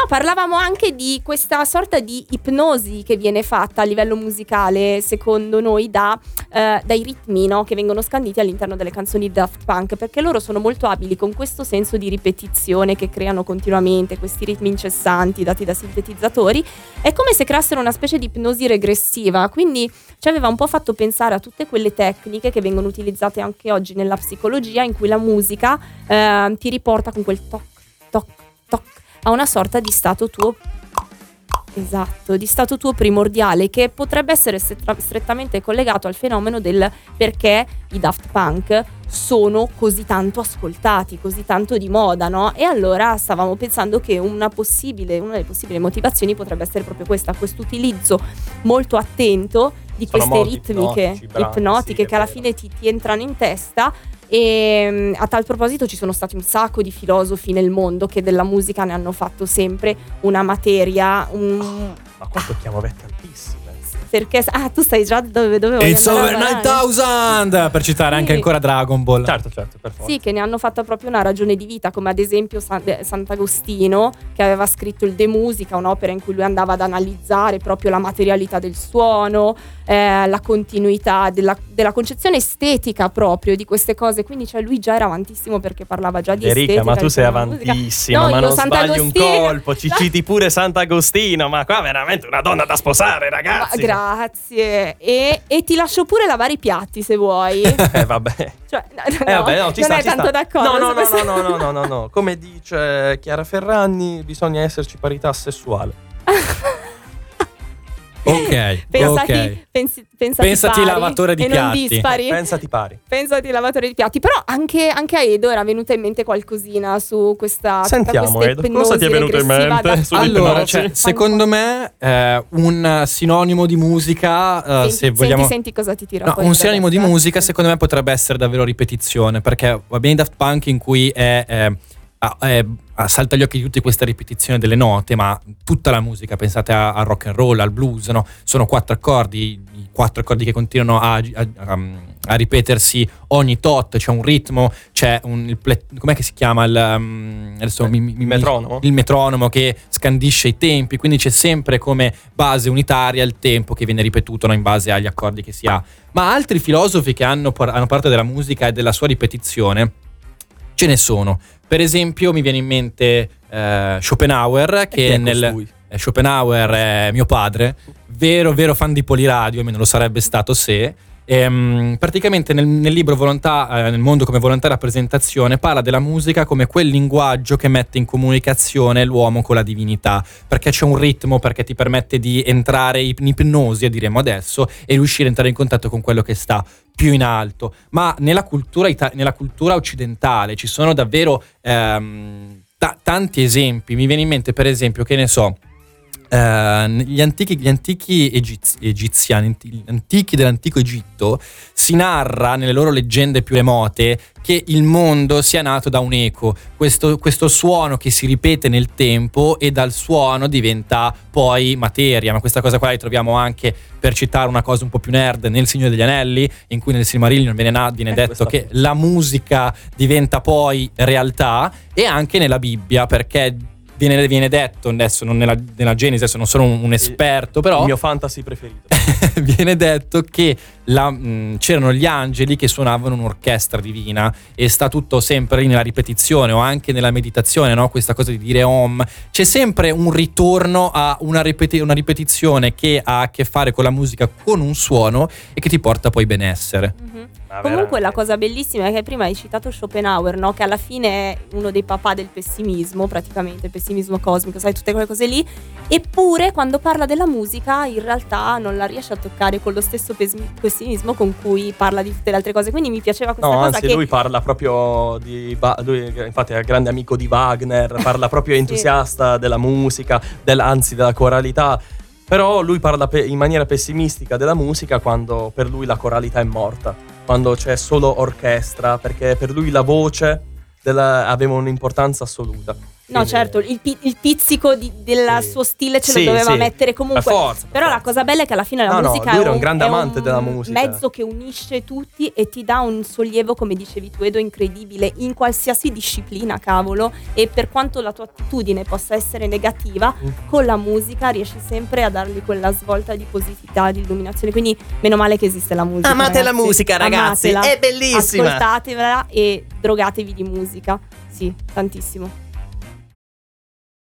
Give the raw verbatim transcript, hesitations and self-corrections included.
parlavamo anche di questa sorta di ipnosi che viene fatta a livello musicale, secondo noi, da, eh, dai ritmi, no? Che vengono scanditi all'interno delle canzoni Daft Punk, perché loro sono molto abili con questo senso di ripetizione che creano continuamente, questi ritmi incessanti dati da sintetizzatori. È come se creassero una specie di ipnosi regressiva, quindi ci aveva un po' fatto pensare a tutte quelle tecniche che vengono utilizzate anche oggi nella psicologia, in cui la musica eh, ti riporta con quel toc, toc, toc, a una sorta di stato tuo, esatto, di stato tuo primordiale, che potrebbe essere strettamente collegato al fenomeno del perché i Daft Punk sono così tanto ascoltati, così tanto di moda, no? E allora stavamo pensando che una possibile, una delle possibili motivazioni potrebbe essere proprio questa, questo utilizzo molto attento di sono queste ritmiche ipnotici, brani, ipnotiche sì, che alla fine ti, ti entrano in testa. E a tal proposito ci sono stati un sacco di filosofi nel mondo che della musica ne hanno fatto sempre una materia, un... ma qua tocchiamo tantissime. Perché ah tu stai già dove dovevo It's over andare novemila per citare sì. anche ancora Dragon Ball. Certo, certo, per forza. Sì, che ne hanno fatto proprio una ragione di vita, come ad esempio San, Sant'Agostino, che aveva scritto il De Musica, un'opera in cui lui andava ad analizzare proprio la materialità del suono, eh, la continuità della, della concezione estetica proprio di queste cose. Quindi cioè lui già era avantissimo, perché parlava già di Erika, estetica. ma tu sei della avantissima, musica. No, ma io non sbagli un colpo, ci No. citi pure Sant'Agostino, ma qua veramente una donna da sposare, ragazzi. Ma grazie. E, e ti lascio pure lavare i piatti se vuoi. Eh vabbè. Cioè, no, Eh vabbè, no, ci non sta, è ci tanto sta. d'accordo. No, no, su no, questo. no, no, no, no, no. Come dice Chiara Ferragni, bisogna esserci parità sessuale. Ok, Pensati, ok. pensi, pensati, Pensati pari lavatore di e non piatti. dispari. Pensati pari. Pensati lavatore di piatti. Però anche, anche a Edo era venuta in mente qualcosina su questa Sentiamo, questa Edo, cosa ti è venuto in regressiva mente da- su- Allora, Sì. cioè, secondo me eh, un sinonimo di musica, eh, Senti, se vogliamo... senti, senti cosa ti tira No, fuori un da sinonimo di adesso, eh. musica secondo me potrebbe essere davvero ripetizione, perché va bene Daft Punk in cui è, è, è, è salta agli occhi di tutti questa ripetizione delle note, ma tutta la musica, pensate a- al rock and roll, al blues, no? Sono quattro accordi, i quattro accordi che continuano a, a, a, a ripetersi ogni tot, c'è un ritmo, c'è un il ple, com'è che si chiama il, um, adesso Eh, mi, mi, il metronomo? il metronomo che scandisce i tempi, quindi c'è sempre come base unitaria il tempo che viene ripetuto, no, in base agli accordi che si ha. Ma altri filosofi che hanno, hanno parlato della musica e della sua ripetizione ce ne sono. Per esempio mi viene in mente eh, Schopenhauer, che chi è nel costui? eh, Schopenhauer è mio padre, vero vero fan di Poliradio, almeno lo sarebbe stato se ehm, praticamente nel, nel libro Volontà, eh, nel mondo come volontà e rappresentazione, parla della musica come quel linguaggio che mette in comunicazione l'uomo con la divinità, perché c'è un ritmo, perché ti permette di entrare in ipnosi, diremo adesso, e riuscire a entrare in contatto con quello che sta più in alto. Ma nella cultura, ita- nella cultura occidentale ci sono davvero ehm, ta- tanti esempi. Mi viene in mente per esempio, che ne so, eh, gli antichi, gli antichi egizi- egiziani, gli antichi dell'antico Egitto, si narra nelle loro leggende più remote che il mondo sia nato da un eco, questo, questo suono che si ripete nel tempo e dal suono diventa poi materia. Ma questa cosa qua la ritroviamo anche, per citare una cosa un po' più nerd, nel Signore degli Anelli, in cui nel Silmarillion viene, na- viene Eh, detto questa che cosa. la musica diventa poi realtà, e anche nella Bibbia, perché viene, viene detto, adesso non nella, nella Genesi, adesso non sono un, un esperto, però Il mio fantasy preferito. viene detto che la, mh, c'erano gli angeli che suonavano un'orchestra divina, e sta tutto sempre lì nella ripetizione, o anche nella meditazione, no? Questa cosa di dire Om, c'è sempre un ritorno a una, ripeti- una ripetizione che ha a che fare con la musica, con un suono, e che ti porta poi benessere. Mhm. Ma Comunque la veramente. cosa bellissima è che prima hai citato Schopenhauer, no? Che alla fine è uno dei papà del pessimismo, praticamente il pessimismo cosmico, sai, tutte quelle cose lì. Eppure quando parla della musica in realtà non la riesce a toccare con lo stesso pes- pessimismo con cui parla di tutte le altre cose. Quindi mi piaceva questa No, cosa anzi, che lui parla proprio di Va- lui infatti è grande amico di Wagner, parla proprio entusiasta della musica, del- anzi della coralità. Però lui parla pe- in maniera pessimistica della musica quando per lui la coralità è morta, quando c'è solo orchestra, perché per lui la voce della- aveva un'importanza assoluta. No, Quindi- certo, il, pi- il pizzico di- del Sì. suo stile ce Sì, lo doveva sì. mettere comunque. Per forza, per Però la forza. cosa bella è che alla fine la No, no, musica lui è era un, un grande è amante un della musica. mezzo che unisce tutti e ti dà un sollievo, come dicevi tu, Edo, incredibile in qualsiasi disciplina, cavolo. E per quanto la tua attitudine possa essere negativa, Mm. con la musica riesci sempre a dargli quella svolta di positività, di illuminazione. Quindi meno male che esiste la musica. Amate la ragazzi. musica, ragazzi, Amatela. è bellissima. Ascoltatevela e drogatevi di musica. Sì, tantissimo.